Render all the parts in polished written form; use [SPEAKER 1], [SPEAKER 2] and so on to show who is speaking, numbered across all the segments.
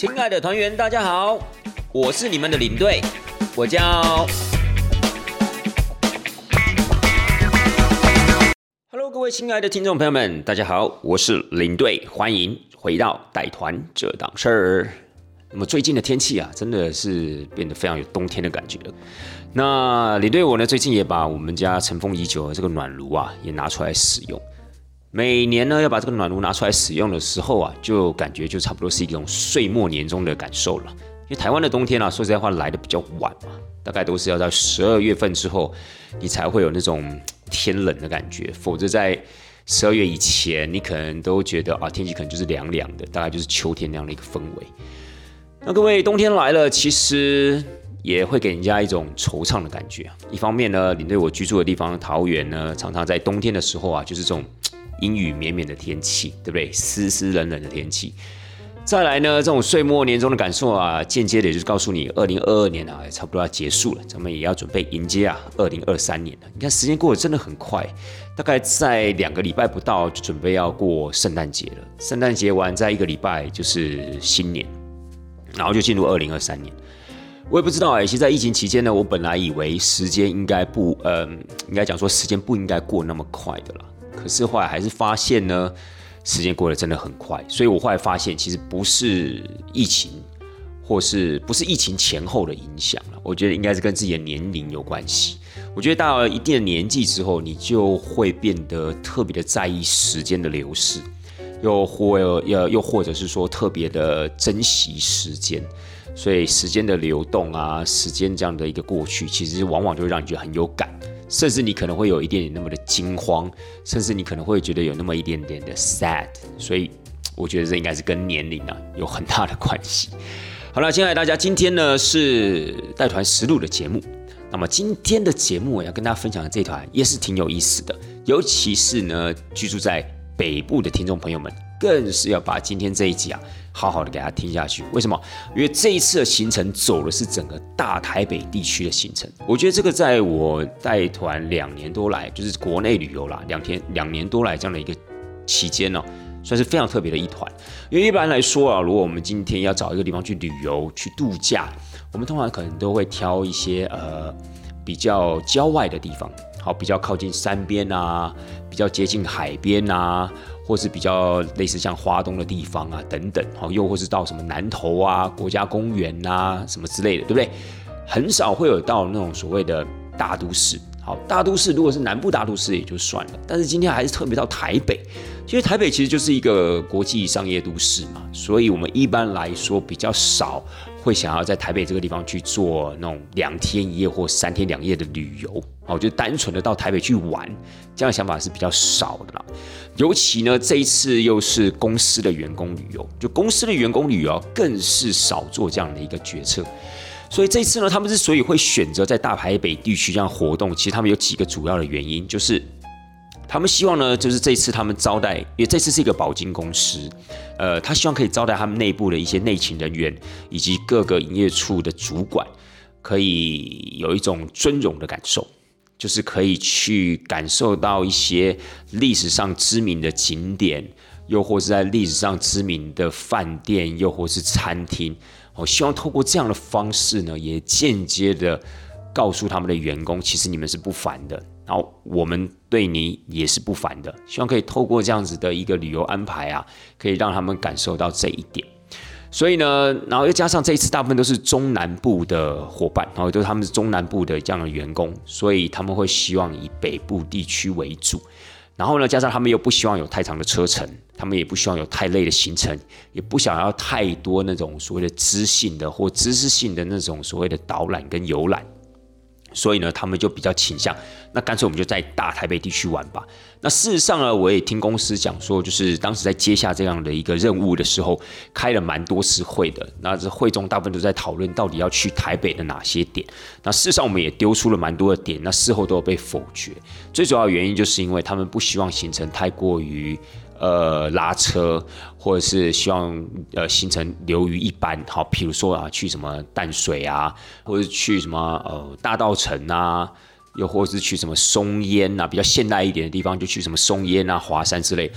[SPEAKER 1] 亲爱的团员，大家好，我是你们的领队，我叫Hello， 各位亲爱的听众朋友们，大家好，我是领队，欢迎回到带团这档事儿。那么最近的天气啊，真的是变得非常有冬天的感觉了。那领队我呢，最近也把我们家尘封已久的这个暖炉啊，也拿出来使用。每年呢，要把这个暖炉拿出来使用的时候啊，就感觉就差不多是一种岁末年终的感受了。因为台湾的冬天啊，说实在话来的比较晚嘛，大概都是要在12月份之后，你才会有那种天冷的感觉，否则在12月以前，你可能都觉得啊，天气可能就是凉凉的，大概就是秋天那样的一个氛围。那各位，冬天来了，其实也会给人家一种惆怅的感觉。一方面呢，领队我居住的地方桃园呢，常常在冬天的时候啊，就是这种阴雨绵绵的天气，对不对？湿湿冷冷的天气。再来呢，这种岁末年终的感受啊，间接的也就是告诉你，2022年啊，差不多要结束了，咱们也要准备迎接啊2023年了。你看时间过得真的很快，大概在2个礼拜不到就准备要过圣诞节了。圣诞节完再1个礼拜就是新年，然后就进入2023年。我也不知道其实在疫情期间呢，我本来以为时间应该讲说时间不应该过那么快的啦。可是后来还是发现呢，时间过得真的很快，所以我后来发现其实不是疫情，或是不是疫情前后的影响了，我觉得应该是跟自己的年龄有关系。我觉得到了一定的年纪之后，你就会变得特别的在意时间的流逝，又或者是说特别的珍惜时间。所以时间的流动啊，时间这样的一个过去，其实往往就会让你觉得很有感。甚至你可能会有一点点那么的惊慌，甚至你可能会觉得有那么一点点的 sad， 所以我觉得这应该是跟年龄啊有很大的关系。好了，亲爱的大家，今天呢是带团实录的节目。那么今天的节目我要跟大家分享的这团也是挺有意思的，尤其是呢居住在北部的听众朋友们，更是要把今天这一集啊好好的给大家听下去。为什么？因为这一次的行程走的是整个大台北地区的行程。我觉得这个在我带团2年多来，就是国内旅游啦，2年多来这样的一个期间呢，算是非常特别的一团。因为一般来说啊，如果我们今天要找一个地方去旅游、去度假，我们通常可能都会挑一些比较郊外的地方，好，比较靠近山边啊，比较接近海边啊，或是比较类似像花东的地方啊等等，又或是到什么南投啊、国家公园啊什么之类的，对不对？很少会有到那种所谓的大都市。好，大都市如果是南部大都市也就算了，但是今天还是特别到台北，因为台北其实就是一个国际商业都市嘛，所以我们一般来说比较少会想要在台北这个地方去做那种2天1夜或3天2夜的旅游，就单纯的到台北去玩，这样的想法是比较少的啦。尤其呢，这一次又是公司的员工旅游，就公司的员工旅游更是少做这样的一个决策。所以这一次呢，他们之所以会选择在大台北地区这样活动，其实他们有几个主要的原因，就是他们希望呢，就是这一次他们招待，因为这次是一个保金公司，他希望可以招待他们内部的一些内勤人员以及各个营业处的主管，可以有一种尊荣的感受，就是可以去感受到一些历史上知名的景点，又或是在历史上知名的饭店，又或是餐厅。我希望透过这样的方式呢，也间接的告诉他们的员工，其实你们是不凡的，然后我们对你也是不凡的。希望可以透过这样子的一个旅游安排啊，可以让他们感受到这一点。所以呢，然后又加上这一次大部分都是中南部的伙伴，然后都是他们是中南部的这样的员工，所以他们会希望以北部地区为主。然后呢，加上他们又不希望有太长的车程，他们也不希望有太累的行程，也不想要太多那种所谓的知性的或知识性的那种所谓的导览跟游览。所以呢，他们就比较倾向，那干脆我们就在大台北地区玩吧。那事实上呢，我也听公司讲说，就是当时在接下这样的一个任务的时候，开了蛮多次会的。那这会中大部分都在讨论到底要去台北的哪些点。那事实上我们也丢出了蛮多的点，那事后都有被否决。最主要的原因就是因为他们不希望行程太过于拉车，或者是希望行程流于一般。好，譬如说啊，去什么淡水啊，或者去什么大稻埕啊，又或者是去什么松烟啊，比较现代一点的地方，就去什么松烟啊、华山之类。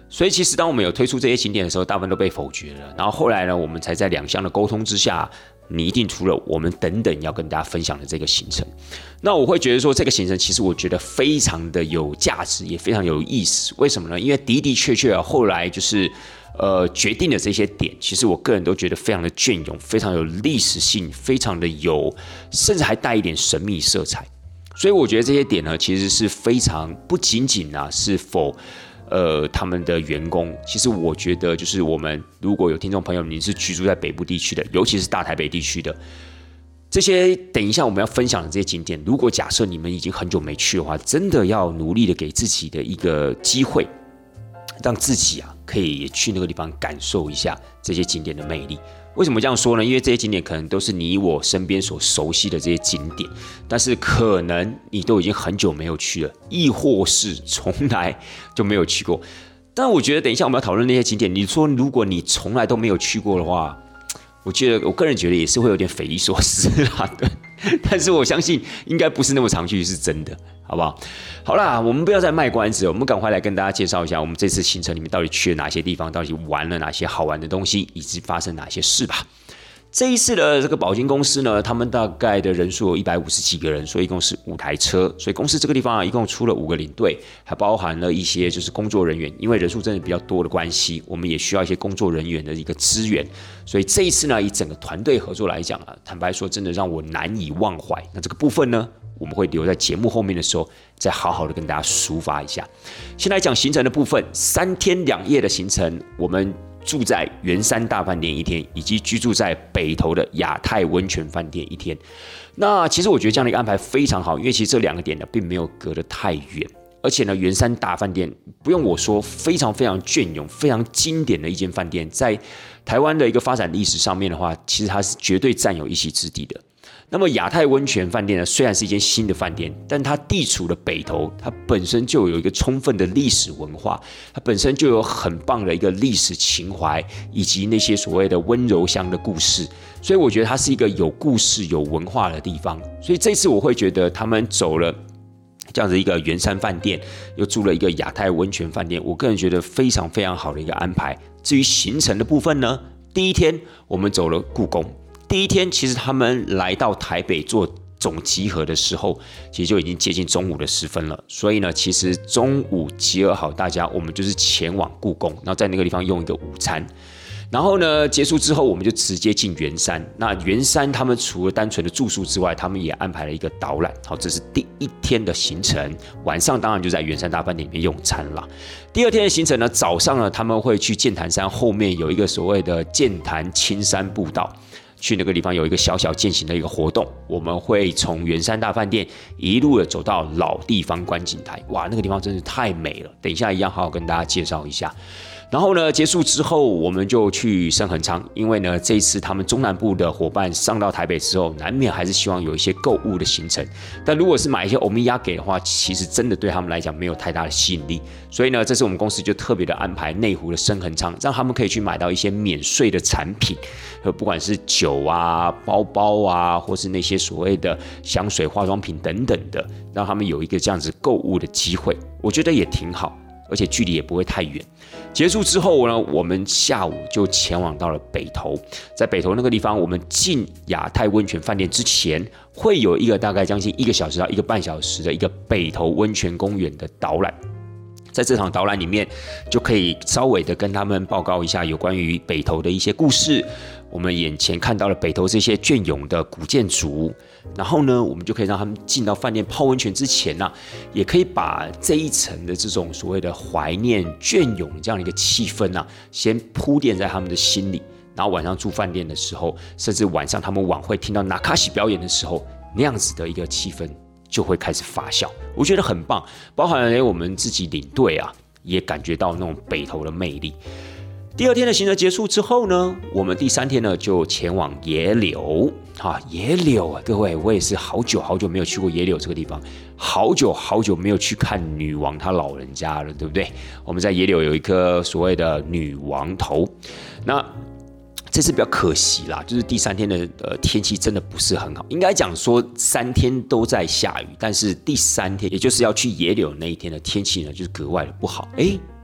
[SPEAKER 1] 所以其实当我们有推出这些景点的时候，大部分都被否决了。然后后来呢，我们才在2项的沟通之下，拟定出了我们等等要跟大家分享的这个行程。那我会觉得说，这个行程其实我觉得非常的有价值，也非常有意思。为什么呢？因为的的确确后来就是决定的这些点，其实我个人都觉得非常的隽永，非常有历史性，非常的有，甚至还带一点神秘色彩。所以我觉得这些点呢，其实是非常不仅仅是否他们的员工，其实我觉得就是我们如果有听众朋友，你是居住在北部地区的，尤其是大台北地区的，这些等一下我们要分享的这些景点，如果假设你们已经很久没去的话，真的要努力的给自己的一个机会，让自己可以也去那个地方感受一下这些景点的魅力。为什么这样说呢？因为这些景点可能都是你我身边所熟悉的这些景点，但是可能你都已经很久没有去了，亦或是从来就没有去过。但我觉得等一下我们要讨论那些景点，你说如果你从来都没有去过的话，我个人觉得也是会有点匪夷所思啦，对。但是我相信应该不是那么常去，是真的，好不好？好啦，我们不要再卖关子了，我们赶快来跟大家介绍一下我们这次行程里面到底去了哪些地方，到底玩了哪些好玩的东西，以及发生哪些事吧。这一次的这个保金公司呢，他们大概的人数有150几个人，所以一共是5台车。所以公司这个地方一共出了5个领队，还包含了一些就是工作人员。因为人数真的比较多的关系，我们也需要一些工作人员的一个资源。所以这一次呢，以整个团队合作来讲坦白说，真的让我难以忘怀。那这个部分呢，我们会留在节目后面的时候，再好好的跟大家抒发一下。先来讲行程的部分，3天2夜的行程，我们住在圆山大饭店1天，以及居住在北投的亚太温泉饭店1天。那其实我觉得这样的一个安排非常好，因为其实这2个点呢并没有隔得太远，而且呢，圆山大饭店不用我说，非常非常隽永、非常经典的一间饭店，在台湾的一个发展历史上面的话，其实它是绝对占有一席之地的。那么亚太温泉饭店呢，虽然是一间新的饭店，但它地处的北投，它本身就有一个充分的历史文化，它本身就有很棒的一个历史情怀，以及那些所谓的温柔乡的故事，所以我觉得它是一个有故事、有文化的地方。所以这次我会觉得他们走了这样子一个圆山饭店，又住了一个亚太温泉饭店，我个人觉得非常非常好的一个安排。至于行程的部分呢，第一天我们走了故宫。第一天，其实他们来到台北做总集合的时候，其实就已经接近中午的时分了。所以呢，其实中午集合好大家，我们就是前往故宫，然后在那个地方用一个午餐。然后呢，结束之后，我们就直接进圆山。那圆山他们除了单纯的住宿之外，他们也安排了一个导览。好，这是第1天的行程。晚上当然就在圆山大饭店里面用餐了。第2天的行程呢，早上呢他们会去剑潭山后面有一个所谓的剑潭青山步道。去那个地方有一个小小践行的一个活动，我们会从圆山大饭店一路的走到老地方观景台，哇，那个地方真是太美了，等一下一样好好跟大家介绍一下。然后呢，结束之后我们就去深恒昌，因为呢这一次他们中南部的伙伴上到台北之后，难免还是希望有一些购物的行程，但如果是买一些欧米亚给的话，其实真的对他们来讲没有太大的吸引力，所以呢这次我们公司就特别的安排内湖的深恒昌，让他们可以去买到一些免税的产品，不管是酒啊、包包啊，或是那些所谓的香水、化妆品等等的，让他们有一个这样子购物的机会，我觉得也挺好，而且距离也不会太远。结束之后呢，我们下午就前往到了北投，在北投那个地方，我们进亚太温泉饭店之前，会有一个大概将近1个小时到1个半小时的一个北投温泉公园的导览。在这场导览里面，就可以稍微的跟他们报告一下有关于北投的一些故事。我们眼前看到了北投这些隽永的古建筑，然后呢，我们就可以让他们进到饭店泡温泉之前呢，也可以把这一层的这种所谓的怀念、隽永这样的一个气氛啊，先铺垫在他们的心里。然后晚上住饭店的时候，甚至晚上他们晚会听到纳卡西表演的时候，那样子的一个气氛就会开始发酵，我觉得很棒。包含了我们自己领队啊，也感觉到那种北投的魅力。第2天的行程结束之后呢，我们第3天呢就前往野柳。野柳啊，各位，我也是好久好久没有去过野柳这个地方，好久好久没有去看女王她老人家了，对不对？我们在野柳有一颗所谓的女王头，那这次比较可惜啦，就是第3天的天气真的不是很好，应该讲说3天都在下雨，但是第3天，也就是要去野柳那一天的天气呢，就是格外的不好。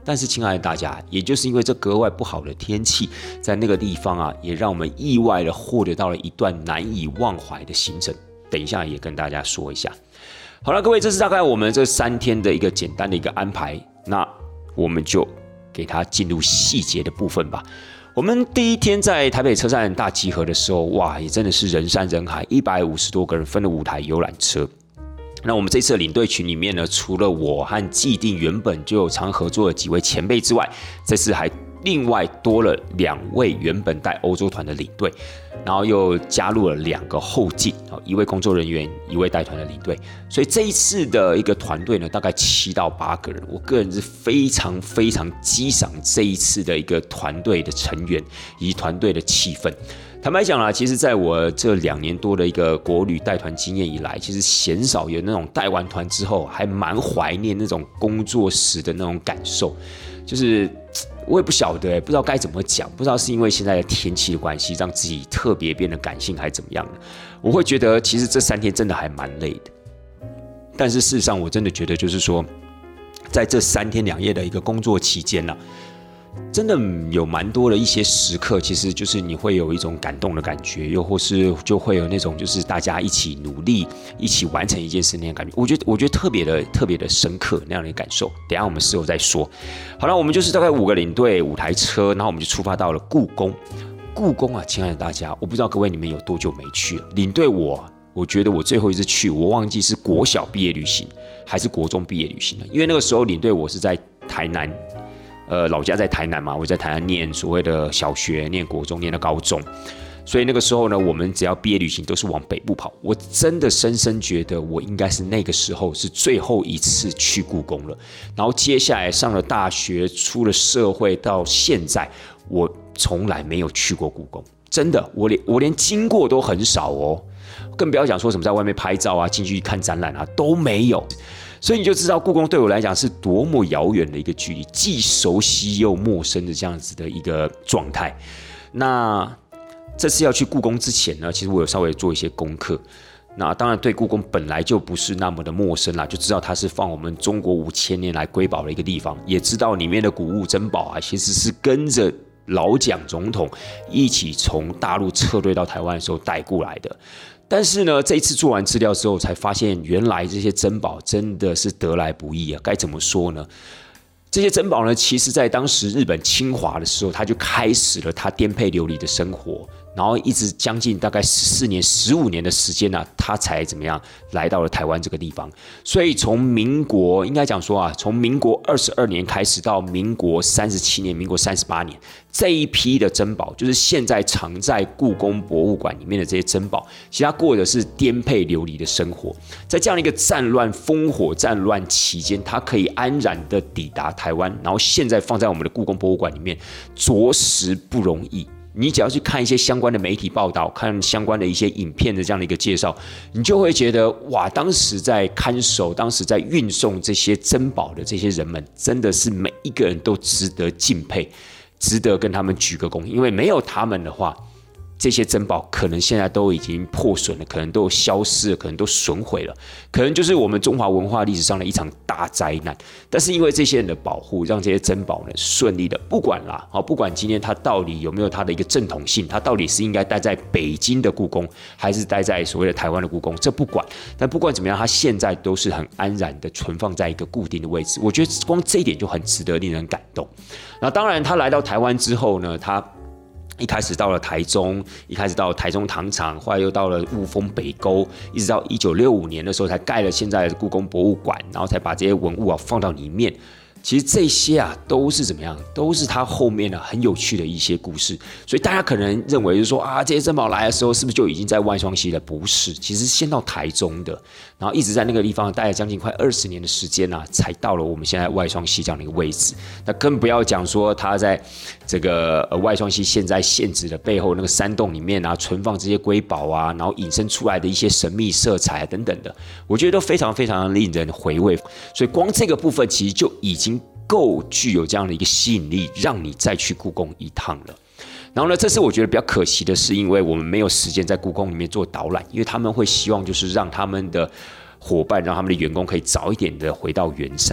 [SPEAKER 1] 但是亲爱的大家，也就是因为这格外不好的天气，在那个地方啊，也让我们意外的获得到了一段难以忘怀的行程。等一下也跟大家说一下。好了，各位，这是大概我们这3天的一个简单的一个安排。那我们就给它进入细节的部分吧。我们第一天在台北车站大集合的时候，哇，也真的是人山人海，150多个人分了5台游览车。那我们这次的领队群里面呢，除了我和既定原本就有常合作的几位前辈之外，这次还另外多了2位原本带欧洲团的领队，然后又加入了2个后进，1位工作人员，1位带团的领队。所以这一次的一个团队呢，大概7到8个人。我个人是非常非常激赏这一次的一个团队的成员以及团队的气氛。坦白讲啦，其实在我这2年多的一个国旅带团经验以来，其实鲜少有那种带完团之后还蛮怀念那种工作时的那种感受。就是我也不晓得，不知道该怎么讲，不知道是因为现在的天气的关系，让自己特别变得感性，还是怎么样的。我会觉得，其实这3天真的还蛮累的。但是事实上，我真的觉得，就是说，在这3天2夜的一个工作期间呢，真的有蛮多的一些时刻，其实就是你会有一种感动的感觉，又或是就会有那种就是大家一起努力、一起完成一件事那种感觉。我觉得特别的深刻那样的感受。等一下我们事后再说。好了，我们就是大概5个领队、5台车，然后我们就出发到了故宫。故宫啊，亲爱的大家，我不知道各位你们有多久没去了。领队我觉得我最后一次去，我忘记是国小毕业旅行还是国中毕业旅行了，因为那个时候领队我是在台南。老家在台南嘛，我在台南念所谓的小学、念国中、念到高中，所以那个时候呢，我们只要毕业旅行都是往北部跑。我真的深深觉得，我应该是那个时候是最后一次去故宫了。然后接下来上了大学，出了社会，到现在，我从来没有去过故宫，真的，我连经过都很少哦，更不要讲说什么在外面拍照啊、进去看展览啊都没有。所以你就知道故宫对我来讲是多么遥远的一个距离，既熟悉又陌生的这样子的一个状态。那这次要去故宫之前呢，其实我有稍微做一些功课。那当然对故宫本来就不是那么的陌生啦，就知道它是放我们中国5000年来瑰宝的一个地方，也知道里面的古物珍宝啊，其实是跟着老蒋总统一起从大陆撤退到台湾的时候带过来的。但是呢，这一次做完资料之后，才发现原来这些珍宝真的是得来不易啊！该怎么说呢？这些珍宝呢，其实在当时日本侵华的时候，他就开始了他颠沛流离的生活，然后一直将近大概14年、15年的时间啊，他才怎么样来到了台湾这个地方。所以从民国应该讲说啊，从民国22年开始到民国37年、民国38年这一批的珍宝，就是现在藏在故宫博物馆里面的这些珍宝，其实他过的是颠沛流离的生活。在这样的一个战乱、烽火战乱期间，他可以安然的抵达台湾，然后现在放在我们的故宫博物馆里面，着实不容易。你只要去看一些相关的媒体报道，看相关的一些影片的这样的一个介绍，你就会觉得哇，当时在看守、当时在运送这些珍宝的这些人们，真的是每一个人都值得敬佩，值得跟他们鞠个躬，因为没有他们的话，这些珍宝可能现在都已经破损了，可能都消失了，可能都损毁了，可能就是我们中华文化历史上的一场大灾难。但是因为这些人的保护，让这些珍宝呢顺利的，不管今天它到底有没有它的一个正统性，它到底是应该待在北京的故宫，还是待在所谓的台湾的故宫，这不管。但不管怎么样，它现在都是很安然的存放在一个固定的位置。我觉得光这一点就很值得令人感动。那当然，他来到台湾之后呢，他一开始到了台中，一开始到了台中糖厂，后来又到了雾峰北沟，一直到1965年的时候才盖了现在的故宫博物馆，然后才把这些文物放到里面。其实这些都是怎么样？都是他后面很有趣的一些故事。所以大家可能认为就是说这些珍宝来的时候是不是就已经在外双溪了？不是，其实先到台中的，然后一直在那个地方待了将近快20年的时间才到了我们现在外双溪这样的一个位置。那更不要讲说他在这个外双溪现在现址的背后那个山洞里面存放这些瑰宝然后引申出来的一些神秘色彩等等的，我觉得都非常非常令人回味。所以光这个部分其实就已经够具有这样的一个吸引力，让你再去故宫一趟了。然后呢，这次我觉得比较可惜的是，因为我们没有时间在故宫里面做导览，因为他们会希望就是让他们的伙伴、让他们的员工可以早一点的回到圆山。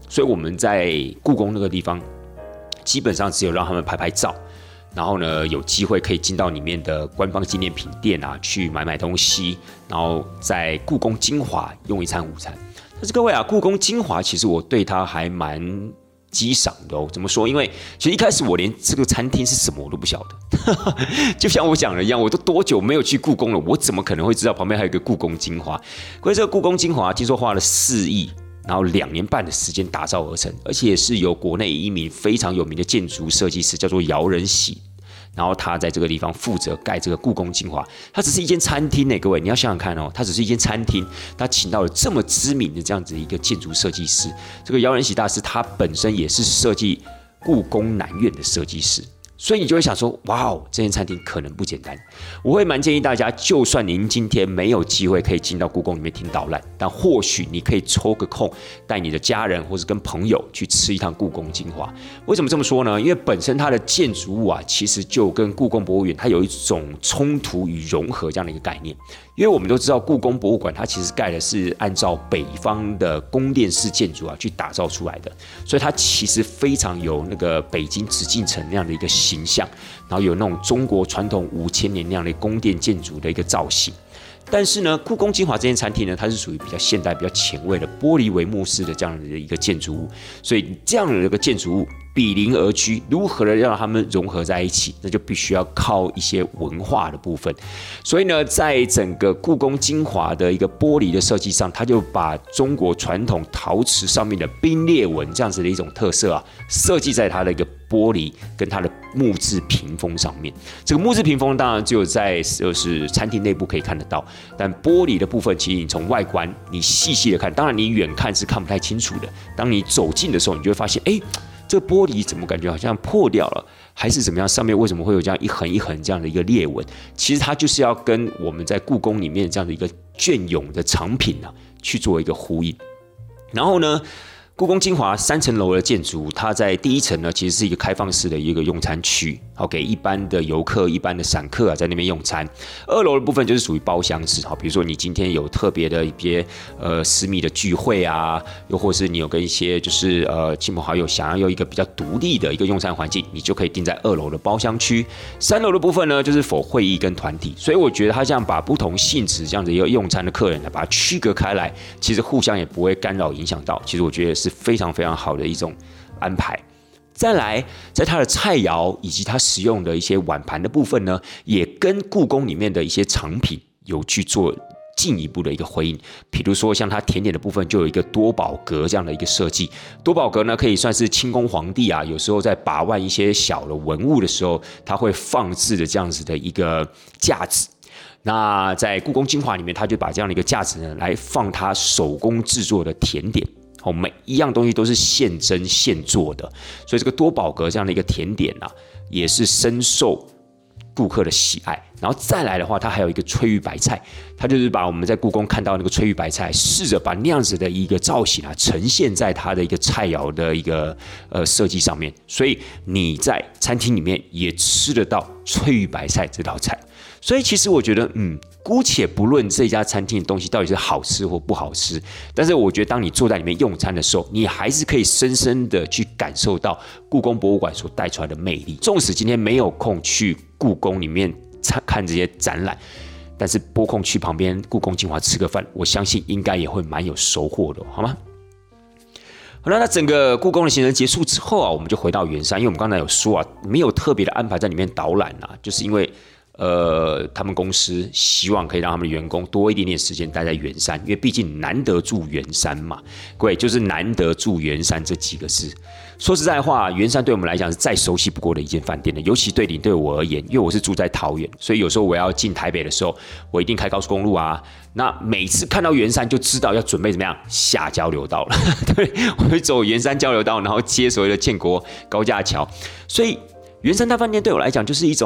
[SPEAKER 1] 所以我们在故宫那个地方，基本上只有让他们拍拍照，然后呢有机会可以进到里面的官方纪念品店啊，去买东西，然后在故宫精华用一餐午餐。但是各位啊，故宫精华其实我对它还蛮激赏的哦。怎么说？因为其实一开始我连这个餐厅是什么我都不晓得，就像我讲的一样，我都多久没有去故宫了，我怎么可能会知道旁边还有一个故宫精华？可是这个故宫精华听说花了4亿。然后2年半的时间打造而成，而且是由国内一名非常有名的建筑设计师，叫做姚仁喜。然后他在这个地方负责盖这个故宫精华，它只是一间餐厅呢，各位你要想想看哦，它只是一间餐厅，他请到了这么知名的这样子一个建筑设计师，这个姚仁喜大师他本身也是设计故宫南院的设计师。所以你就会想说，哇哦，这间餐厅可能不简单。我会蛮建议大家，就算您今天没有机会可以进到故宫里面听导览，但或许你可以抽个空，带你的家人或是跟朋友去吃一趟故宫精华。为什么这么说呢？因为本身它的建筑物啊，其实就跟故宫博物院它有一种冲突与融合这样的一个概念。因为我们都知道，故宫博物馆它其实盖的是按照北方的宫殿式建筑啊去打造出来的，所以它其实非常有那个北京紫禁城那样的一个形象，然后有那种中国传统5000年那样的宫殿建筑的一个造型。但是呢，故宫精华这间餐厅呢，它是属于比较现代、比较前卫的玻璃帷幕式的这样的一个建筑物，所以这样的一个建筑物比邻而居，如何的让它们融合在一起，那就必须要靠一些文化的部分。所以呢，在整个故宫精华的一个玻璃的设计上，它就把中国传统陶瓷上面的冰裂纹这样子的一种特色啊，设计在它的一个玻璃跟它的木质屏风上面。这个木质屏风当然只有在就是餐厅内部可以看得到，但玻璃的部分其实你从外观你细细的看，当然你远看是看不太清楚的，当你走近的时候，你就会发现，哎，这个玻璃怎么感觉好像破掉了，还是怎么样？上面为什么会有这样一横一横这样的一个裂纹？其实它就是要跟我们在故宫里面这样的一个隽永的藏品啊，去做一个呼应。然后呢，故宫精华3层楼的建筑，它在第1层呢，其实是一个开放式的一个用餐区，好给一般的游客、一般的散客啊在那边用餐。2楼的部分就是属于包厢式，好，比如说你今天有特别的一些私密的聚会啊，又或是你有跟一些就是亲朋好友想要有一个比较独立的一个用餐环境，你就可以定在2楼的包厢区。3楼的部分呢，就是否会议跟团体，所以我觉得它这样把不同性质这样的一个用餐的客人呢，把它区隔开来，其实互相也不会干扰影响到。其实我觉得是非常非常好的一种安排。再来，在它的菜肴以及它使用的一些碗盘的部分呢，也跟故宫里面的一些藏品有去做进一步的一个回应。比如说像它甜点的部分就有一个多宝格这样的一个设计。多宝格呢，可以算是清宫皇帝啊，有时候在把玩一些小的文物的时候，他会放置的这样子的一个架子。那在故宫精华里面，他就把这样的一个架子呢，来放他手工制作的甜点。每一样东西都是现蒸现做的，所以这个多宝格这样的一个甜点啊，也是深受顾客的喜爱。然后再来的话，它还有一个翠玉白菜，它就是把我们在故宫看到那个翠玉白菜，试着把那样子的一个造型啊，呈现在它的一个菜肴的一个设计上面，所以你在餐厅里面也吃得到翠玉白菜这道菜。所以其实我觉得，姑且不论这家餐厅的东西到底是好吃或不好吃，但是我觉得当你坐在里面用餐的时候，你还是可以深深的去感受到故宫博物馆所带出来的魅力。纵使今天没有空去故宫里面看这些展览，但是拨空去旁边故宫精华吃个饭，我相信应该也会蛮有收获的，好吗？好了，那整个故宫的行程结束之后啊，我们就回到圆山，因为我们刚才有说啊，没有特别的安排在里面导览啊，就是因为他们公司希望可以让他们的员工多一点点时间待在圆山，因为毕竟难得住圆山嘛，各位就是难得住圆山这几个字。说实在话，圆山对我们来讲是再熟悉不过的一间饭店了，尤其对我而言，因为我是住在桃园，所以有时候我要进台北的时候，我一定开高速公路啊。那每次看到圆山就知道要准备怎么样下交流道了，对，我会走圆山交流道，然后接所谓的建国高架桥，所以圆山大饭店对我来讲就是一种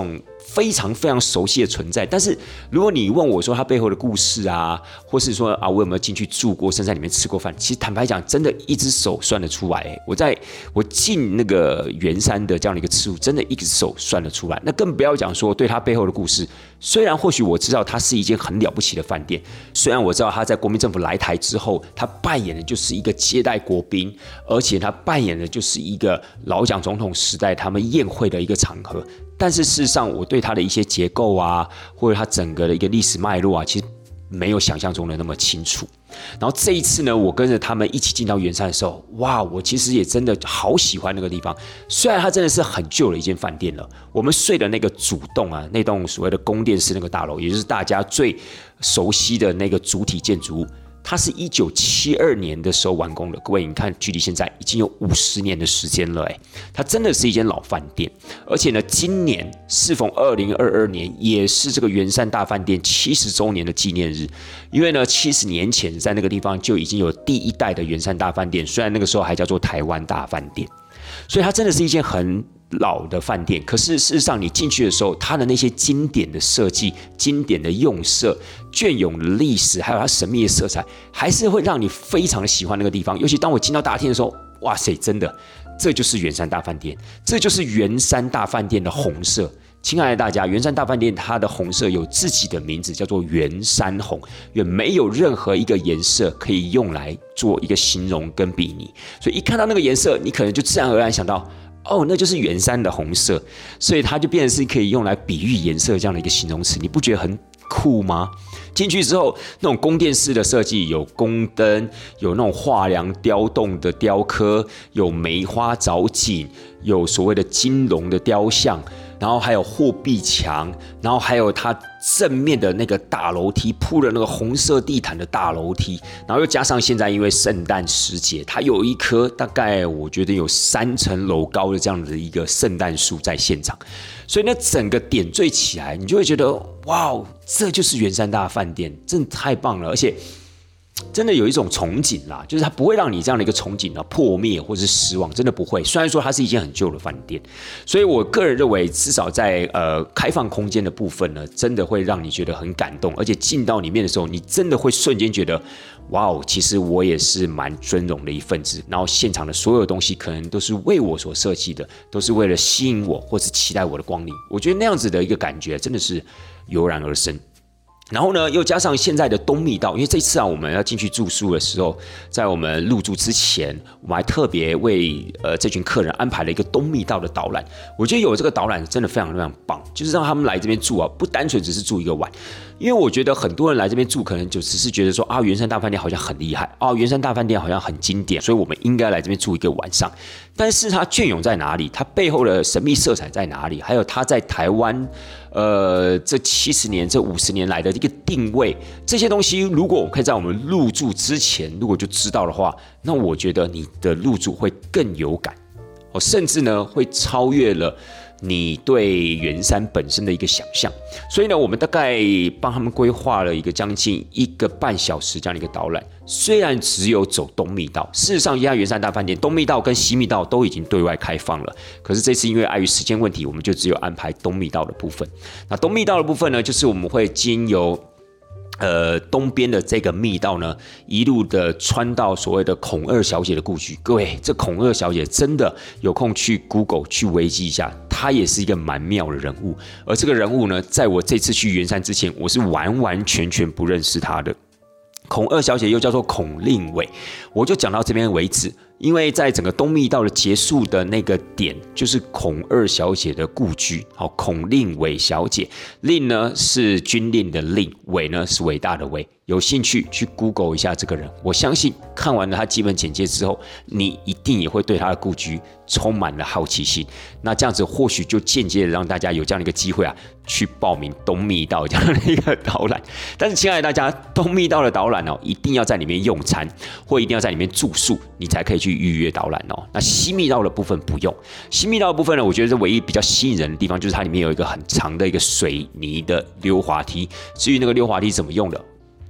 [SPEAKER 1] 非常非常熟悉的存在。但是如果你问我说它背后的故事啊，或是说啊我有没有进去住过深山里面吃过饭，其实坦白讲，真的一只手算得出来。我进那个圆山的这样的一个次数，真的一只手算得出来。那更不要讲说对它背后的故事。虽然或许我知道它是一间很了不起的饭店，虽然我知道它在国民政府来台之后，它扮演的就是一个接待国宾，而且它扮演的就是一个老蒋总统时代他们宴会的一个场合，但是事实上我对它的一些结构啊，或者它整个的一个历史脉络啊，其实没有想象中的那么清楚。然后这一次呢，我跟着他们一起进到圆山的时候，哇，我其实也真的好喜欢那个地方。虽然它真的是很旧的一间饭店了，我们睡的那个主栋啊，那栋所谓的宫殿式那个大楼，也就是大家最熟悉的那个主体建筑物，它是1972年的时候完工的。各位，你看，距离现在已经有50年的时间了，它真的是一间老饭店。而且呢，今年适逢2022年，也是这个圆山大饭店70周年的纪念日。因为呢，70年前在那个地方就已经有第一代的圆山大饭店，虽然那个时候还叫做台湾大饭店，所以它真的是一间很老的饭店。可是事实上，你进去的时候，它的那些经典的设计、经典的用色、隽永的历史，还有它神秘的色彩，还是会让你非常的喜欢那个地方。尤其当我进到大厅的时候，哇塞，真的，这就是圆山大饭店，这就是圆山大饭店的红色。亲爱的大家，圆山大饭店它的红色有自己的名字，叫做圆山红，也没有任何一个颜色可以用来做一个形容跟比拟。所以一看到那个颜色，你可能就自然而然想到，哦，那就是圆山的红色，所以它就变成是可以用来比喻颜色这样的一个形容词，你不觉得很酷吗？进去之后，那种宫殿式的设计，有宫灯，有那种画梁雕栋的雕刻，有梅花藻锦，有所谓的金龙的雕像，然后还有货币墙，然后还有它正面的那个大楼梯，铺了那个红色地毯的大楼梯，然后又加上现在因为圣诞时节，它有一棵大概我觉得有3层楼高的这样的一个圣诞树在现场，所以呢整个点缀起来，你就会觉得哇，这就是圆山大饭店，真的太棒了，而且真的有一种憧憬啦，就是它不会让你这样的一个憧憬破灭或是失望，真的不会。虽然说它是一间很旧的饭店，所以我个人认为，至少在开放空间的部分呢，真的会让你觉得很感动，而且进到里面的时候，你真的会瞬间觉得，哇哦，其实我也是蛮尊荣的一份子。然后现场的所有东西可能都是为我所设计的，都是为了吸引我或是期待我的光临。我觉得那样子的一个感觉真的是油然而生。然后呢，又加上现在的东密道，因为这次啊，我们要进去住宿的时候，在我们入住之前，我们还特别为这群客人安排了一个东密道的导览。我觉得有这个导览真的非常非常棒，就是让他们来这边住啊，不单纯只是住一个晚。因为我觉得很多人来这边住，可能就只是觉得说啊，圆山大饭店好像很厉害啊，圆山大饭店好像很经典，所以我们应该来这边住一个晚上。但是它隽永在哪里？它背后的神秘色彩在哪里？还有它在台湾，这70年、这50年来的一个定位，这些东西，如果我可以在我们入住之前，如果就知道的话，那我觉得你的入住会更有感，甚至呢会超越了你对圆山本身的一个想象。所以呢，我们大概帮他们规划了一个将近1个半小时这样的一个导览。虽然只有走东密道，事实上，现在圆山大饭店东密道跟西密道都已经对外开放了。可是这次因为碍于时间问题，我们就只有安排东密道的部分。那东密道的部分呢，就是我们会经由东边的这个密道呢，一路的穿到所谓的孔二小姐的故居。各位，这孔二小姐真的有空去 Google 去维基一下，她也是一个蛮妙的人物。而这个人物呢，在我这次去圆山之前，我是完完全全不认识她的。孔二小姐又叫做孔令伟，我就讲到这边为止。因为在整个东密道的结束的那个点，就是孔二小姐的故居。好，孔令伟小姐，令呢是军令的令，伟呢是伟大的伟。有兴趣去 Google 一下这个人，我相信看完了他基本简介之后，你一定也会对他的故居充满了好奇心。那这样子或许就间接的让大家有这样的一个机会啊，去报名东密道这样的一个导览。但是亲爱的大家，东密道的导览一定要在里面用餐，或一定要在里面住宿，你才可以去预约导览哦。那西密道的部分不用，西密道的部分呢，我觉得是唯一比较吸引人的地方，就是它里面有一个很长的一个水泥的溜滑梯。至于那个溜滑梯怎么用的，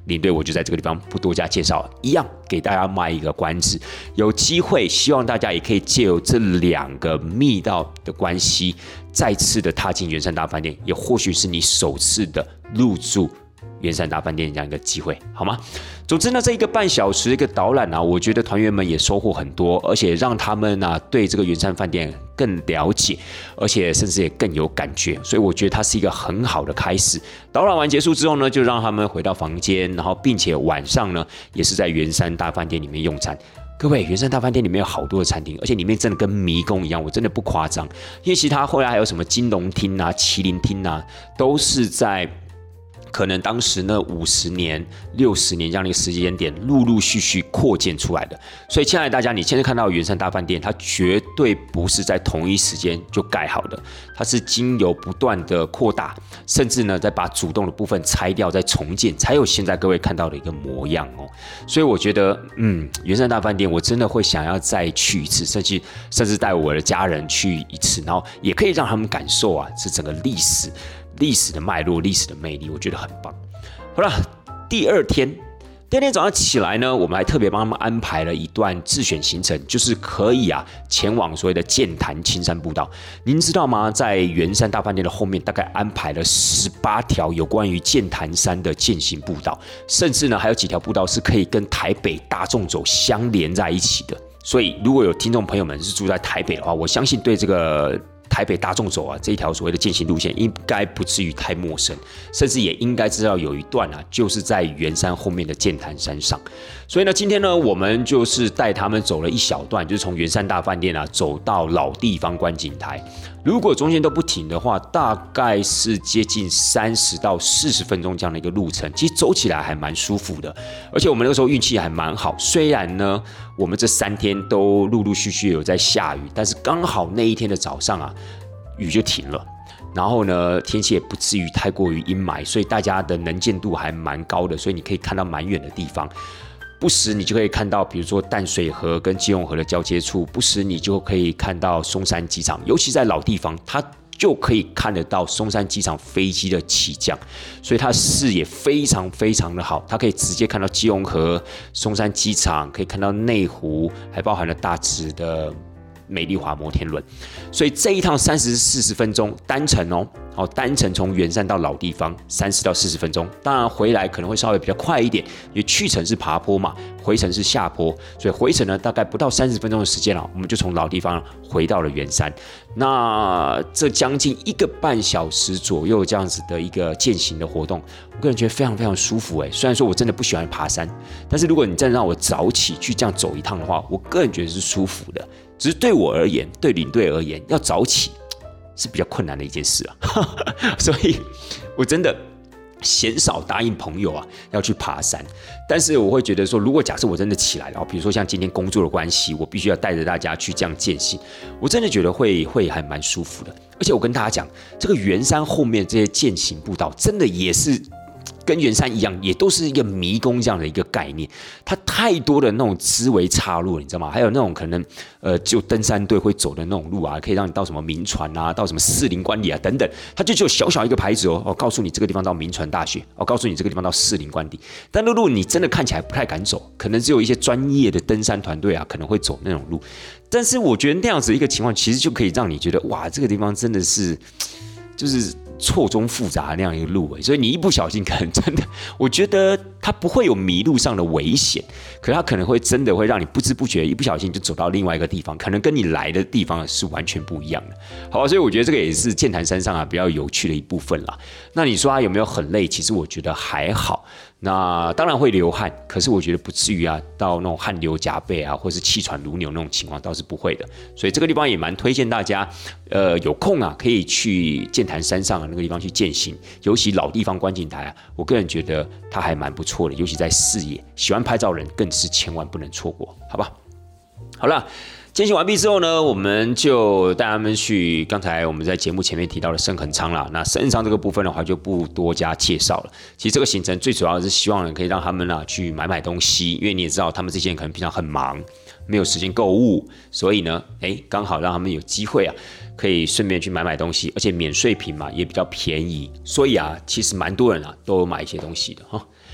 [SPEAKER 1] 领队我就在这个地方不多加介绍，一样给大家卖一个关子。有机会，希望大家也可以借由这2个密道的关系，再次的踏进圆山大饭店，也或许是你首次的入住圆山大饭店这样一个机会，好吗？总之呢，这1个半小时的一个导览啊，我觉得团员们也收获很多，而且让他们啊对这个圆山饭店更了解，而且甚至也更有感觉，所以我觉得它是一个很好的开始。导览完结束之后呢，就让他们回到房间，然后并且晚上呢也是在圆山大饭店里面用餐。各位，圆山大饭店里面有好多的餐厅，而且里面真的跟迷宫一样，我真的不夸张。因为其他后来还有什么金龙厅啊、麒麟厅啊，都是在可能当时那50年、60年这样的一个时间点，陆陆续续扩建出来的。所以，亲爱的大家，你现在看到圆山大饭店，它绝对不是在同一时间就盖好的，它是经由不断的扩大，甚至呢，再把主动的部分拆掉，再重建，才有现在各位看到的一个模样哦。所以，我觉得，圆山大饭店，我真的会想要再去一次，甚至带我的家人去一次，然后也可以让他们感受啊，这整个历史的脉络、历史的魅力，我觉得很棒。好了，第二天早上起来呢，我们还特别帮他们安排了一段自选行程，就是可以前往所谓的剑潭青山步道。您知道吗？在圆山大饭店的后面，大概安排了18条有关于剑潭山的健行步道，甚至呢还有几条步道是可以跟台北大众走相连在一起的。所以，如果有听众朋友们是住在台北的话，我相信对这个台北大众走这一条所谓的健行路线应该不至于太陌生，甚至也应该知道有一段就是在圆山后面的剑潭山上。所以呢，今天呢，我们就是带他们走了一小段，就是从圆山大饭店走到老地方观景台。如果中间都不停的话，大概是接近30到40分钟这样的一个路程，其实走起来还蛮舒服的。而且我们那个时候运气还蛮好，虽然呢，我们这3天都陆陆续续有在下雨，但是刚好那一天的早上雨就停了。然后呢，天气也不至于太过于阴霾，所以大家的能见度还蛮高的，所以你可以看到蛮远的地方。不时你就可以看到，比如说淡水河跟基隆河的交接处，不时你就可以看到松山机场，尤其在老地方，它就可以看得到松山机场飞机的起降，所以它视野非常非常的好，它可以直接看到基隆河、松山机场，可以看到内湖，还包含了大直的美丽华摩天轮。所以这一趟30-40分钟单程单程从圆山到老地方30到40分钟，当然回来可能会稍微比较快一点，因为去程是爬坡嘛，回程是下坡，所以回程呢大概不到30分钟的时间我们就从老地方回到了圆山。那这将近1个半小时左右这样子的一个健行的活动，我个人觉得非常非常舒服虽然说我真的不喜欢爬山，但是如果你真的让我早起去这样走一趟的话，我个人觉得是舒服的。只是对我而言，对领队而言，要早起是比较困难的一件事所以我真的鲜少答应朋友要去爬山。但是我会觉得说，如果假设我真的起来了，比如说像今天工作的关系，我必须要带着大家去这样健行，我真的觉得会还蛮舒服的。而且我跟大家讲，这个圆山后面这些健行步道，真的也是跟圆山一样，也都是一个迷宫这样的一个概念。它太多的那种枝微岔路，你知道吗？还有那种可能就登山队会走的那种路可以让你到什么铭传到什么士林官邸等等，它就只有小小一个牌子告诉你这个地方到铭传大学告诉你这个地方到士林官邸。但那路你真的看起来不太敢走，可能只有一些专业的登山团队可能会走那种路。但是我觉得那样子一个情况，其实就可以让你觉得哇，这个地方真的是就是错综复杂那样一个路所以你一不小心可能真的，我觉得它不会有迷路上的危险，可是它可能会真的会让你不知不觉一不小心就走到另外一个地方，可能跟你来的地方是完全不一样的。好所以我觉得这个也是剑潭山上比较有趣的一部分啦。那你说它有没有很累？其实我觉得还好。那当然会流汗，可是我觉得不至于到那种汗流浃背或是气喘如牛那种情况倒是不会的。所以这个地方也蛮推荐大家，有空可以去剑潭山上那个地方去健行，尤其老地方观景台我个人觉得它还蛮不错的，尤其在视野，喜欢拍照人更是千万不能错过，好吧？好了。健行完毕之后呢，我们就带他们去刚才我们在节目前面提到的深恒昌啦。那深恒昌这个部分的话，就不多加介绍了。其实这个行程最主要是希望可以让他们去买东西，因为你也知道他们这些人可能平常很忙，没有时间购物，所以呢，刚好让他们有机会可以顺便去买东西，而且免税品嘛也比较便宜，所以其实蛮多人都有买一些东西的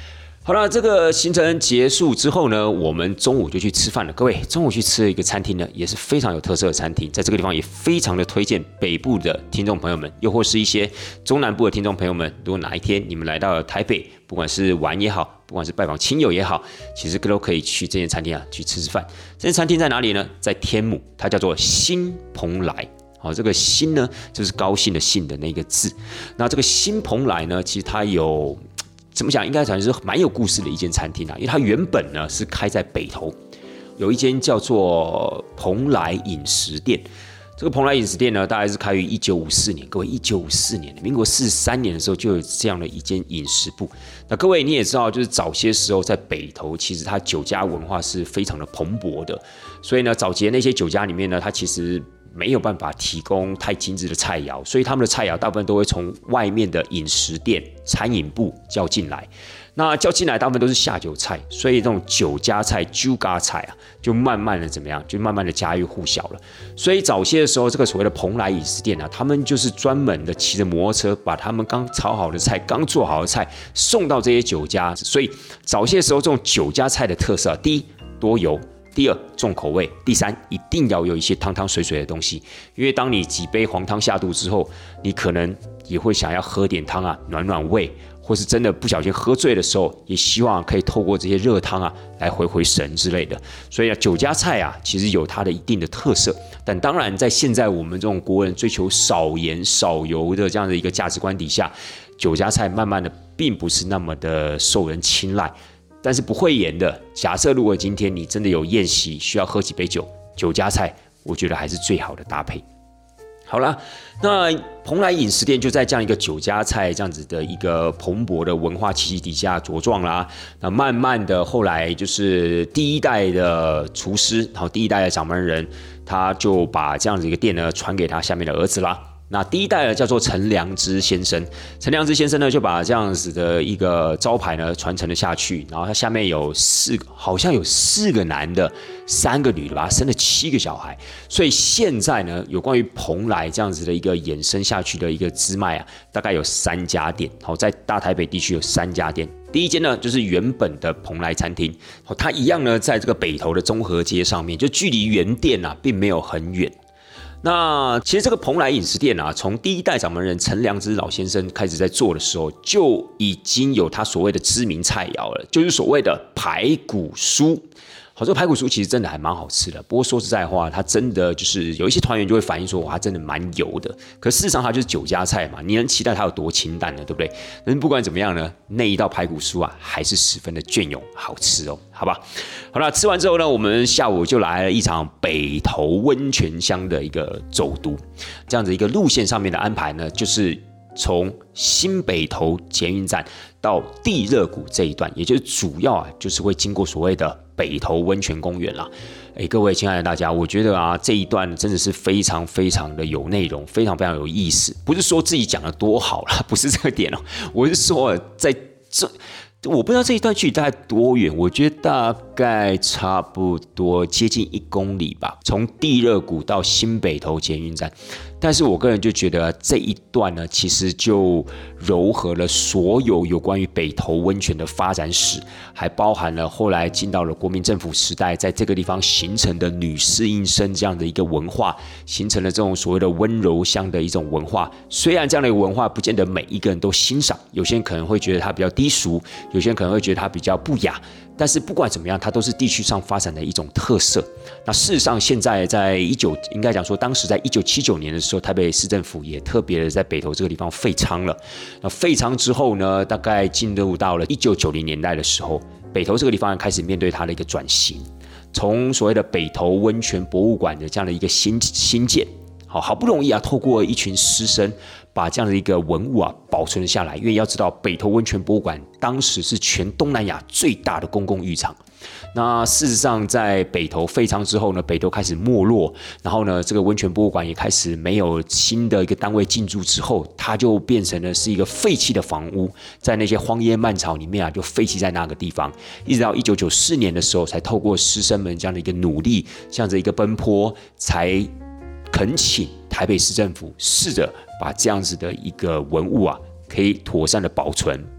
[SPEAKER 1] 好了，这个行程结束之后呢，我们中午就去吃饭了。各位，中午去吃了一个餐厅呢，也是非常有特色的餐厅，在这个地方也非常的推荐北部的听众朋友们，又或是一些中南部的听众朋友们，如果哪一天你们来到了台北，不管是玩也好，不管是拜访亲友也好，其实都可以去这间餐厅啊去吃饭。这间餐厅在哪里呢？在天母，它叫做新蓬莱。好，这个新呢，就是高兴的兴的那个字。那这个新蓬莱呢，其实它有。怎么讲？应该讲是蛮有故事的一间餐厅啊，因为它原本呢是开在北投，有一间叫做蓬莱饮食店。这个蓬莱饮食店呢，大概是开于1954年。各位，1954年，民国43年的时候就有这样的一间饮食部。那各位你也知道，就是早些时候在北投，其实它酒家文化是非常的蓬勃的，所以呢，早期那些酒家里面呢，它其实没有办法提供太精致的菜肴，所以他们的菜肴大部分都会从外面的饮食店、餐饮部叫进来。那叫进来大部分都是下酒菜，所以这种酒家菜、酒家菜啊，就慢慢的怎么样？就慢慢的家喻户晓了。所以早些的时候，这个所谓的蓬莱饮食店啊，他们就是专门的骑着摩托车，把他们刚炒好的菜、刚做好的菜送到这些酒家。所以早些时候这种酒家菜的特色，第一多油。第二，重口味；第三，一定要有一些汤汤水水的东西，因为当你几杯黄汤下肚之后，你可能也会想要喝点汤啊，暖暖胃，或是真的不小心喝醉的时候，也希望可以透过这些热汤啊来回神之类的。所以啊，酒家菜啊，其实有它的一定的特色，但当然在现在我们这种国人追求少盐少油的这样的一个价值观底下，酒家菜慢慢的并不是那么的受人青睐。但是不会演的，假设如果今天你真的有宴席需要喝几杯酒，酒家菜我觉得还是最好的搭配。好啦，那蓬莱饮食店就在这样一个酒家菜这样子的一个蓬勃的文化气息底下茁壮啦。那慢慢的后来就是第一代的厨师，然后第一代的掌门人，他就把这样子一个店呢传给他下面的儿子啦。那第一代呢叫做陈良之先生，陈良之先生呢就把这样子的一个招牌呢传承了下去，然后他下面有好像有4个男的，3个女的吧，生了7个小孩，所以现在呢有关于蓬莱这样子的一个衍生下去的一个支脉啊，大概有3家店，好，在大台北地区有3家店。第一间呢，就是原本的蓬莱餐厅，它一样呢，在这个北投的中和街上面，就距离原店啊，并没有很远。那其实这个蓬莱饮食店啊，从第一代掌门人陈良之老先生开始在做的时候，就已经有他所谓的知名菜肴了，就是所谓的排骨酥。好，这个排骨酥其实真的还蛮好吃的，不过说实在话，它真的就是有一些团员就会反映说，哇，它真的蛮油的。可事实上它就是酒家菜嘛，你能期待它有多清淡呢？对不对？但是不管怎么样呢，那一道排骨酥啊，还是十分的隽永，好吃哦，好吧？好了，吃完之后呢，我们下午就来了一场北投温泉乡的一个走读，这样子一个路线上面的安排呢，就是从新北投捷运站到地热谷这一段，也就是主要啊，就是会经过所谓的北投温泉公园啦。各位亲爱的大家，我觉得啊，这一段真的是非常非常的有内容，非常非常有意思。不是说自己讲的多好啦，不是这个点哦，我是说在这。我不知道这一段距离大概多远，我觉得大概差不多接近1公里吧，从地热谷到新北投捷运站。但是我个人就觉得这一段呢，其实就糅合了所有关于北投温泉的发展史，还包含了后来进到了国民政府时代，在这个地方形成的女士应生这样的一个文化，形成了这种所谓的温柔乡的一种文化。虽然这样的一个文化不见得每一个人都欣赏，有些人可能会觉得它比较低俗，有些人可能会觉得它比较不雅，但是不管怎么样，它都是地区上发展的一种特色。那事实上，现在应该讲说，当时在1979年的时候，台北市政府也特别的在北投这个地方废娼了。那废娼之后呢，大概进入到了1990年代的时候，北投这个地方开始面对它的一个转型，从所谓的北投温泉博物馆的这样的一个新建，好不容易啊，透过一群师生，把这样的一个文物啊保存了下来。因为要知道，北投温泉博物馆当时是全东南亚最大的公共浴场。那事实上，在北投废娼之后呢，北投开始没落，然后呢，这个温泉博物馆也开始没有新的一个单位进驻之后，它就变成了是一个废弃的房屋，在那些荒野蔓草里面啊，就废弃在那个地方，一直到1994年的时候，才透过师生们这样的一个努力，这样的一个奔波，才恳请台北市政府试着把这样子的一个文物啊，可以妥善的保存，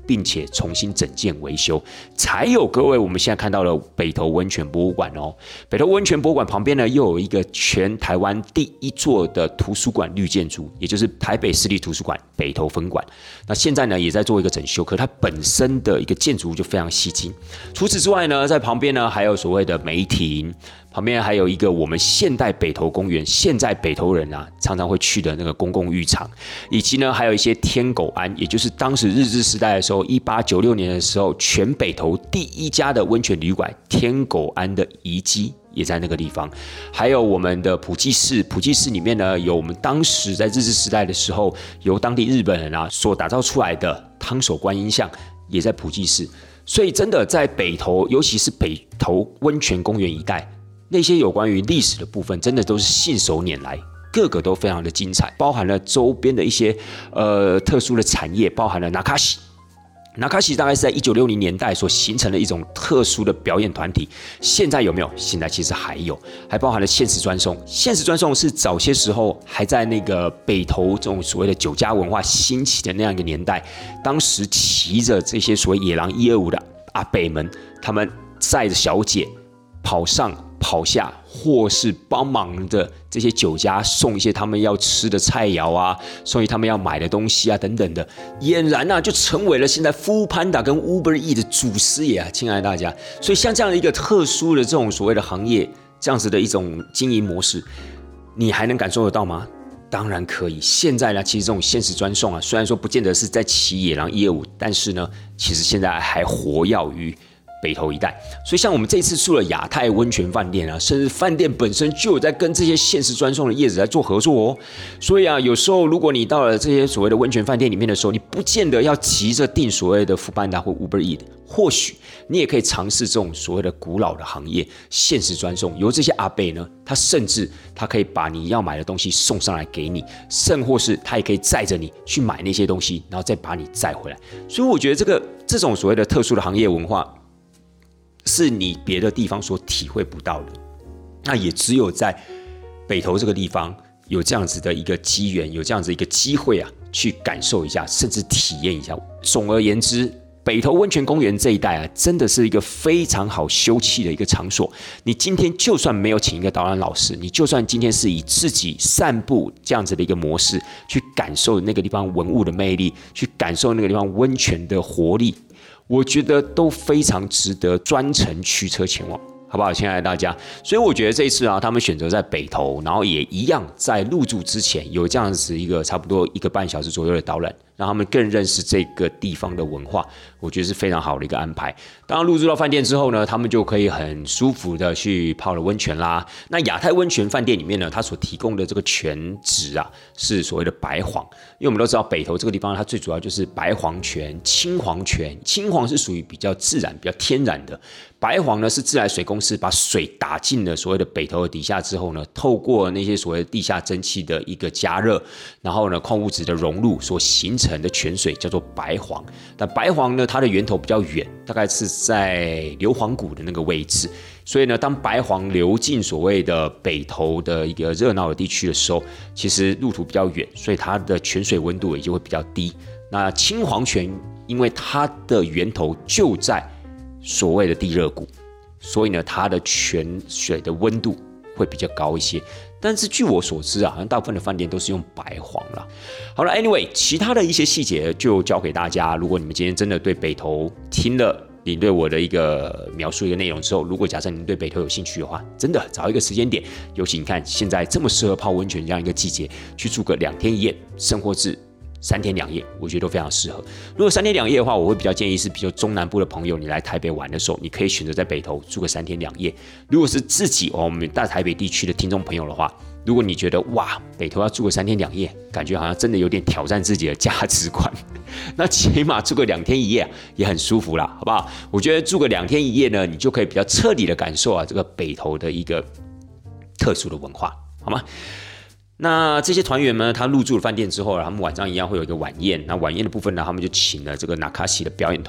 [SPEAKER 1] 并且重新整建维修，才有各位我们现在看到的北投温泉博物馆哦。北投温泉博物馆旁边呢，又有一个全台湾第一座的图书馆绿建筑，也就是台北市立图书馆北投分馆。那现在呢，也在做一个整修，可它本身的一个建筑物就非常吸睛。除此之外呢，在旁边呢还有所谓的梅亭。旁边还有一个我们现代北投公园，现在北投人啊常常会去的那个公共浴场，以及呢还有一些天狗庵，也就是当时日治时代的时候，1896年的时候，全北投第一家的温泉旅馆天狗庵的遗迹也在那个地方。还有我们的普济寺，普济寺里面呢有我们当时在日治时代的时候，由当地日本人啊所打造出来的汤守观音像，也在普济寺。所以真的在北投，尤其是北投温泉公园一带。那些有关于历史的部分，真的都是信手拈来，个个都非常的精彩，包含了周边的一些特殊的产业，包含了那卡西。那卡西大概是在1960年代所形成的一种特殊的表演团体，现在有没有？现在其实还有，还包含了现实专送。现实专送是早些时候还在那个北投这种所谓的酒家文化兴起的那样一个年代，当时骑着这些所谓野狼125的阿伯们，他们载着小姐跑上跑下，或是帮忙的这些酒家送一些他们要吃的菜肴啊，送一些他们要买的东西啊等等的，俨然啊就成为了现在 Foodpanda 跟 Uber Eats 的祖师爷啊，亲爱的大家。所以像这样的一个特殊的这种所谓的行业，这样子的一种经营模式，你还能感受得到吗？当然可以。现在呢，其实这种限时专送啊，虽然说不见得是在骑野狼125，但是呢，其实现在还活跃于北投一带。所以像我们这次出了亚太温泉饭店啊，甚至饭店本身就有在跟这些限时专送的业者在做合作哦。所以啊，有时候如果你到了这些所谓的温泉饭店里面的时候，你不见得要急着订所谓的 Foodpanda 或 Uber Eats， 或许你也可以尝试这种所谓的古老的行业限时专送。由这些阿伯呢，他甚至他可以把你要买的东西送上来给你，甚或是他也可以载着你去买那些东西，然后再把你载回来。所以我觉得这种所谓的特殊的行业文化，是你别的地方所体会不到的，那也只有在北投这个地方有这样子的一个机缘，有这样子一个机会啊，去感受一下，甚至体验一下。总而言之，北投温泉公园这一带啊，真的是一个非常好休憩的一个场所。你今天就算没有请一个导览老师，你就算今天是以自己散步这样子的一个模式，去感受那个地方文物的魅力，去感受那个地方温泉的活力，我觉得都非常值得专程驱车前往，好不好，亲爱的大家？所以我觉得这一次啊，他们选择在北投，然后也一样在入住之前有这样子一个差不多1个半小时左右的导览，让他们更认识这个地方的文化，我觉得是非常好的一个安排。当然入住到饭店之后呢，他们就可以很舒服的去泡了温泉啦。那亚太温泉饭店里面呢，它所提供的这个泉质啊，是所谓的白黄，因为我们都知道北投这个地方，它最主要就是白黄泉、青黄泉。青黄是属于比较自然、比较天然的，白黄呢是自来水公司把水打进了所谓的北投的底下之后呢，透过那些所谓的地下蒸汽的一个加热，然后呢矿物质的融入所形成的泉水叫做白黄。但白黄呢，它的源头比较远，大概是在硫磺谷的那个位置。所以呢，当白黄流进所谓的北投的一个热闹的地区的时候，其实路途比较远，所以它的泉水温度也就会比较低。那青黄泉因为它的源头就在所谓的地热谷，所以呢，它的泉水的温度会比较高一些。但是据我所知啊，好像大部分的饭店都是用白黄啦。好了 ，anyway， 其他的一些细节就交给大家。如果你们今天真的对北投听了你对我的一个描述一个内容之后，如果假设您对北投有兴趣的话，真的找一个时间点，尤其你看现在这么适合泡温泉这样一个季节，去住个2天1夜，甚或是3天2夜，我觉得都非常适合。如果3天2夜的话，我会比较建议是比较中南部的朋友，你来台北玩的时候，你可以选择在北投住个3天2夜。如果是自己我们大台北地区的听众朋友的话，如果你觉得哇北投要住个3天2夜，感觉好像真的有点挑战自己的价值观，那起码住个2天1夜也很舒服啦，好不好？我觉得住个2天1夜呢，你就可以比较彻底的感受啊这个北投的一个特殊的文化，好吗？那这些团员呢，他入住了饭店之后，他们晚上一样会有一个晚宴。那晚宴的部分呢，他们就请了这个纳卡西的表演团体。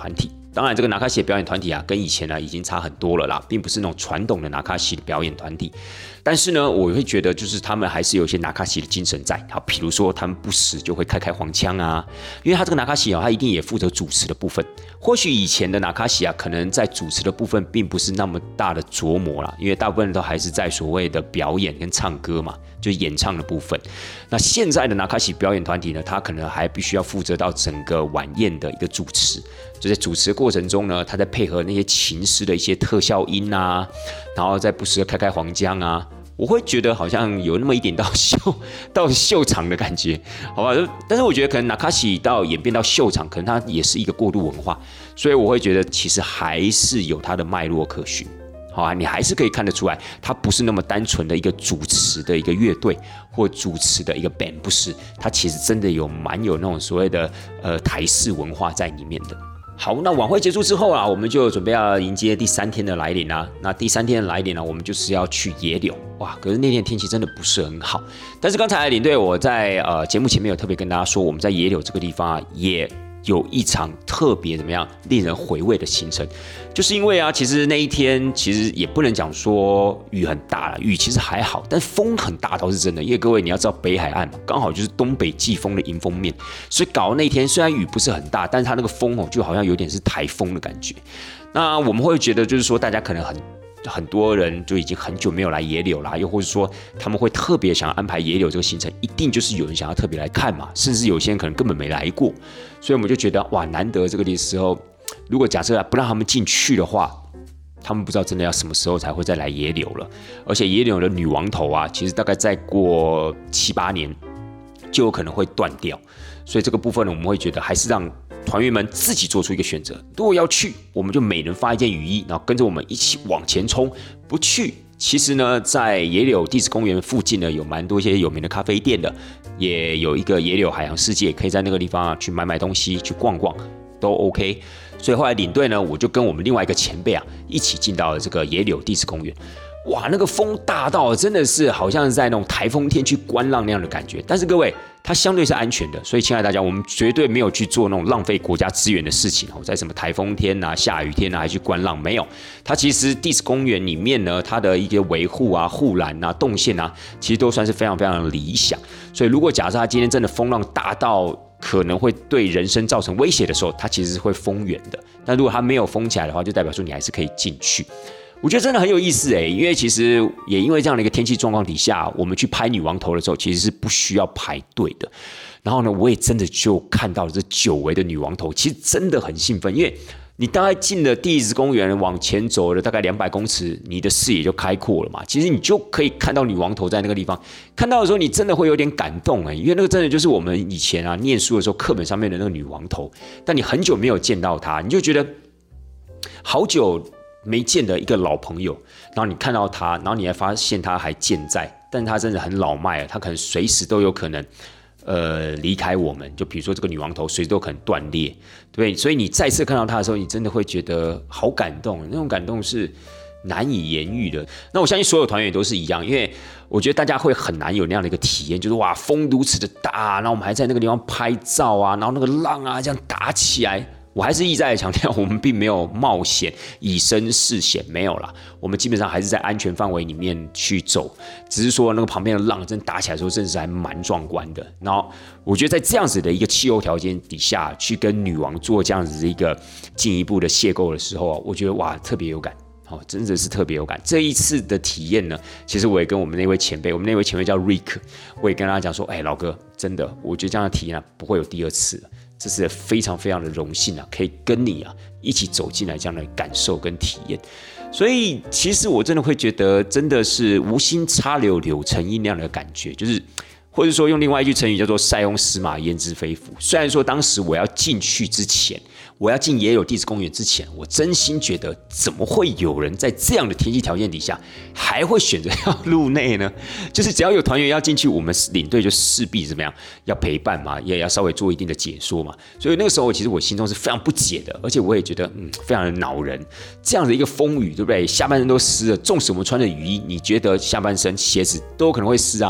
[SPEAKER 1] 当然，这个纳卡西的表演团体啊，跟以前呢已经差很多了啦，并不是那种传统的纳卡西的表演团体。但是呢，我会觉得就是他们还是有一些纳卡西的精神在。好，比如说他们不时就会开黄腔啊，因为他这个纳卡西啊，他一定也负责主持的部分。或许以前的纳卡西啊，可能在主持的部分并不是那么大的琢磨啦，因为大部分人都还是在所谓的表演跟唱歌嘛，就是演唱的部分。那现在的纳卡西表演团体呢，他可能还必须要负责到整个晚宴的一个主持。就在主持的过程中呢，他在配合那些琴师的一些特效音啊，然后再不时的开黄腔啊，我会觉得好像有那么一点到秀场的感觉，好吧？但是我觉得可能纳卡西到演变到秀场，可能它也是一个过渡文化，所以我会觉得其实还是有它的脉络可循。好啊，你还是可以看得出来，它不是那么单纯的一个主持的一个乐队或主持的一个 band， 不是，它其实真的蛮有那种所谓的台式文化在里面的。好，那晚会结束之后啊，我们就准备要迎接第3天的来临啦。那第3天的来临呢，我们就是要去野柳哇。可是那天天气真的不是很好。但是刚才领队我在节目前面有特别跟大家说，我们在野柳这个地方啊，也有一场特别怎么样令人回味的行程，就是因为啊，其实那一天其实也不能讲说雨很大了，雨其实还好，但风很大倒是真的。因为各位你要知道北海岸嘛，刚好就是东北季风的迎风面，所以搞到那天虽然雨不是很大，但是它那个风就好像有点是台风的感觉。那我们会觉得就是说，大家可能很多人就已经很久没有来野柳啦，又或者说他们会特别想要安排野柳这个行程，一定就是有人想要特别来看嘛，甚至有些人可能根本没来过，所以我们就觉得哇，难得这个时候，如果假设不让他们进去的话，他们不知道真的要什么时候才会再来野柳了。而且野柳的女王头啊，其实大概再过7、8年就有可能会断掉，所以这个部分呢，我们会觉得还是让团员们自己做出一个选择。如果要去，我们就每人发一件雨衣，然后跟着我们一起往前冲。不去，其实呢，在野柳地质公园附近呢，有蛮多一些有名的咖啡店的，也有一个野柳海洋世界，可以在那个地方去买东西，去逛逛，都 OK。所以后来领队呢，我就跟我们另外一个前辈啊，一起进到了这个野柳地质公园。哇，那个风大到真的是好像是在那种台风天去观浪那样的感觉。但是各位，它相对是安全的，所以亲爱的大家，我们绝对没有去做那种浪费国家资源的事情在什么台风天啊、下雨天啊还去观浪，没有。它其实地质公园里面呢，它的一些维护啊、护栏啊、动线啊，其实都算是非常非常的理想。所以如果假设它今天真的风浪大到可能会对人身造成威胁的时候，它其实是会封园的。但如果它没有封起来的话，就代表说你还是可以进去。我觉得真的很有意思因为其实也因为这样的一个天气状况底下，我们去拍女王头的时候，其实是不需要排队的。然后呢，我也真的就看到了这久违的女王头，其实真的很兴奋，因为你大概进了地质公园，往前走了大概200公尺，你的视野就开阔了嘛。其实你就可以看到女王头在那个地方，看到的时候你真的会有点感动因为那个真的就是我们以前啊念书的时候课本上面的那个女王头，但你很久没有见到她，你就觉得好久没见的一个老朋友，然后你看到他，然后你还发现他还健在，但他真的很老迈了，他可能随时都有可能离开我们。就比如说这个女王头随时都可能断裂，对，所以你再次看到他的时候，你真的会觉得好感动，那种感动是难以言喻的。那我相信所有团员也都是一样，因为我觉得大家会很难有那样的一个体验，就是哇，风如此的大，然后我们还在那个地方拍照啊，然后那个浪啊这样打起来。我还是一再强调，我们并没有冒险以身试险，没有啦。我们基本上还是在安全范围里面去走，只是说那个旁边的浪真打起来的时候，真的是还蛮壮观的。然后我觉得在这样子的一个气候条件底下，去跟女王做这样子的一个进一步的邂逅的时候，我觉得哇，特别有感。真的是特别有感。这一次的体验呢，其实我也跟我们那位前辈，我们那位前辈叫 Rick， 我也跟他讲说，老哥，真的，我觉得这样的体验不会有第2次了。这是非常非常的荣幸可以跟你一起走进来这样的感受跟体验。所以其实我真的会觉得，真的是无心插柳柳成荫那样的感觉，就是或者说用另外一句成语叫做塞翁失马焉知非福。虽然说当时我要进去之前，我要进野柳地质公园之前，我真心觉得怎么会有人在这样的天气条件底下还会选择要入内呢？就是只要有团员要进去，我们领队就势必怎么样，要陪伴嘛，也要稍微做一定的解说嘛。所以那个时候其实我心中是非常不解的，而且我也觉得非常的恼人。这样的一个风雨，对不对？下半身都湿了，纵使我们穿着雨衣，你觉得下半身鞋子都有可能会湿啊？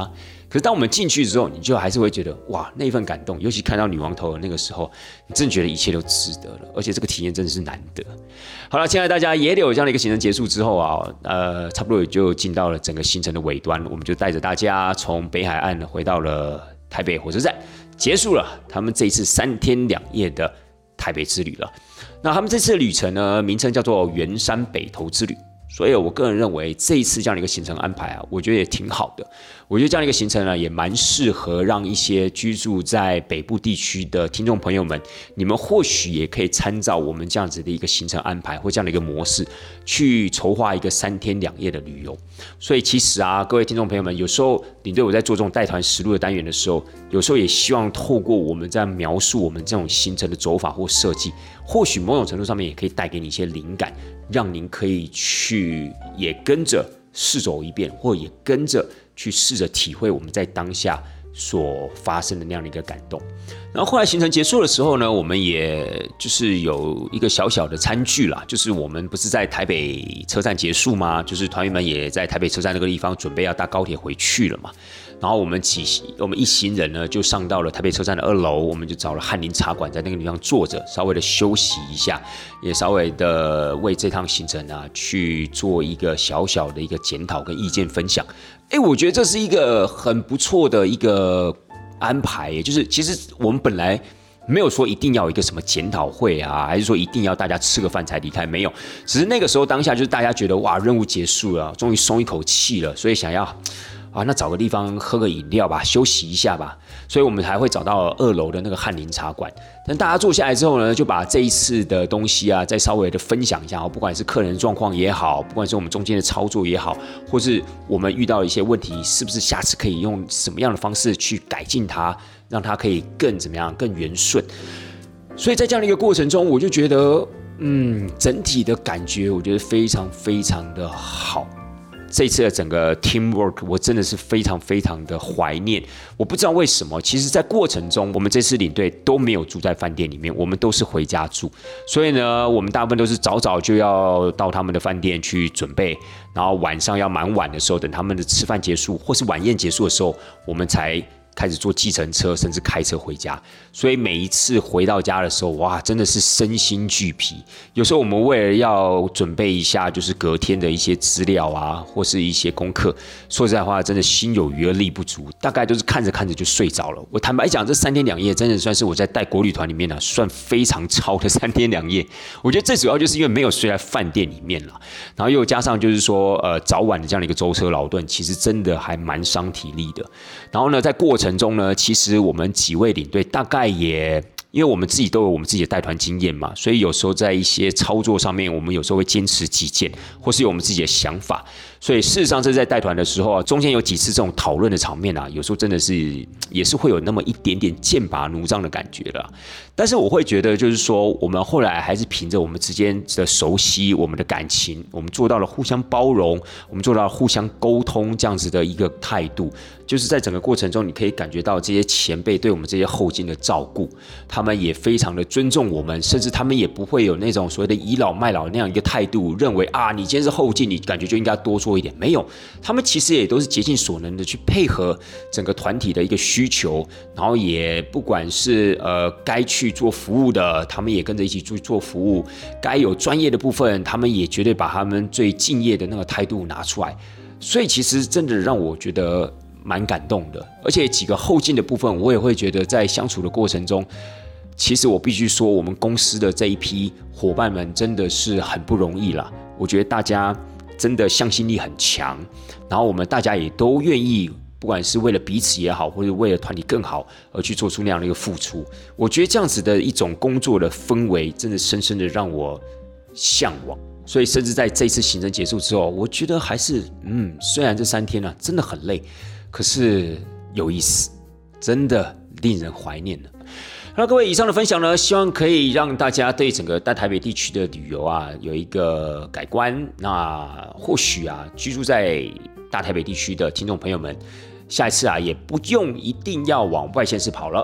[SPEAKER 1] 可是当我们进去之后，你就还是会觉得哇，那一份感动，尤其看到女王头的那个时候，你真的觉得一切都值得了，而且这个体验真的是难得。好了，亲爱的大家，野柳这样的一个行程结束之后啊，差不多也就进到了整个行程的尾端，我们就带着大家从北海岸回到了台北火车站，结束了他们这一次3天2夜的台北之旅了。那他们这次的旅程呢，名称叫做圆山北投之旅。所以我个人认为这一次这样的一个行程安排啊，我觉得也挺好的。我觉得这样的一个行程呢，也蛮适合让一些居住在北部地区的听众朋友们，你们或许也可以参照我们这样子的一个行程安排或这样的一个模式，去筹划一个3天2夜的旅游。所以其实啊，各位听众朋友们，有时候领队我在做这种带团实录的单元的时候，有时候也希望透过我们在描述我们这种行程的走法或设计，或许某种程度上面也可以带给你一些灵感，让您可以去也跟着试走一遍，或也跟着去试着体会我们在当下所发生的那样的一个感动。然后后来行程结束的时候呢，我们也就是有一个小小的餐聚啦，就是我们不是在台北车站结束吗？就是团员们也在台北车站那个地方准备要搭高铁回去了嘛。然后我们一行人呢就上到了台北车站的2楼，我们就找了翰林茶馆，在那个地方坐着，稍微的休息一下，也稍微的为这趟行程啊去做一个小小的一个检讨跟意见分享。我觉得这是一个很不错的一个安排，也就是其实我们本来没有说一定要有一个什么检讨会啊，还是说一定要大家吃个饭才离开，没有，只是那个时候当下就是大家觉得哇，任务结束了，终于松一口气了，所以想要那找个地方喝个饮料吧，休息一下吧，所以我们还会找到2楼的那个翰林茶馆。但大家坐下来之后呢，就把这一次的东西啊，再稍微的分享一下，不管是客人的状况也好，不管是我们中间的操作也好，或是我们遇到一些问题，是不是下次可以用什么样的方式去改进它，让它可以更怎么样，更圆顺。所以在这样的一个过程中，我就觉得，整体的感觉，我觉得非常非常的好。这次的整个 teamwork 我真的是非常非常的怀念。我不知道为什么，其实在过程中我们这次领队都没有住在饭店里面，我们都是回家住，所以呢我们大部分都是早早就要到他们的饭店去准备，然后晚上要蛮晚的时候，等他们的吃饭结束或是晚宴结束的时候，我们才开始坐计程车甚至开车回家。所以每一次回到家的时候，哇，真的是身心俱疲。有时候我们为了要准备一下就是隔天的一些资料啊，或是一些功课，说实在话真的心有余而力不足，大概都是看着看着就睡着了。我坦白讲，这3天2夜真的算是我在带国旅团里面算非常超的3天2夜。我觉得最主要就是因为没有睡在饭店里面了，然后又加上就是说早晚的这样的一个舟车劳顿，其实真的还蛮伤体力的。然后呢在过程中呢，其实我们几位领队大概也因为我们自己都有我们自己的带团经验嘛，所以有时候在一些操作上面，我们有时候会坚持己见，或是有我们自己的想法。所以事实上，这在带团的时候啊，中间有几次这种讨论的场面啊，有时候真的是也是会有那么一点点剑拔弩张的感觉了。但是我会觉得，就是说，我们后来还是凭着我们之间的熟悉、我们的感情，我们做到了互相包容，我们做到了互相沟通这样子的一个态度。就是在整个过程中，你可以感觉到这些前辈对我们这些后进的照顾，他们也非常的尊重我们，甚至他们也不会有那种所谓的倚老卖老那样一个态度，认为你今天是后进，你感觉就应该多做一点。没有，他们其实也都是竭尽所能的去配合整个团体的一个需求，然后也不管是该去做服务的，他们也跟着一起去做服务，该有专业的部分，他们也绝对把他们最敬业的那个态度拿出来。所以其实真的让我觉得蛮感动的，而且几个后进的部分，我也会觉得在相处的过程中，其实我必须说，我们公司的这一批伙伴们真的是很不容易啦。我觉得大家真的向心力很强，然后我们大家也都愿意，不管是为了彼此也好，或者为了团体更好而去做出那样的一个付出。我觉得这样子的一种工作的氛围，真的深深的让我向往。所以甚至在这一次行程结束之后，我觉得还是虽然这3天啊真的很累，可是有意思，真的令人怀念了。那各位，以上的分享呢，希望可以让大家对整个大台北地区的旅游啊有一个改观。那或许啊，居住在大台北地区的听众朋友们，下一次啊也不用一定要往外县市跑了，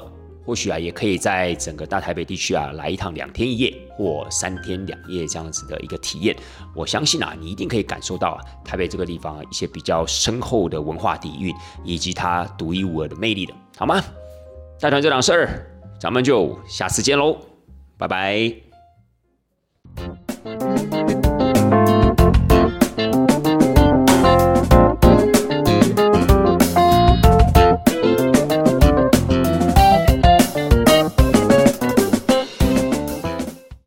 [SPEAKER 1] 或许也可以在整个大台北地区来一趟2天1夜或3天2夜这样子的一个体验。我相信你一定可以感受到台北这个地方一些比较深厚的文化底蕴，以及它独一无二的魅力的，好吗？带团这档事儿，咱们就下次见喽，拜拜。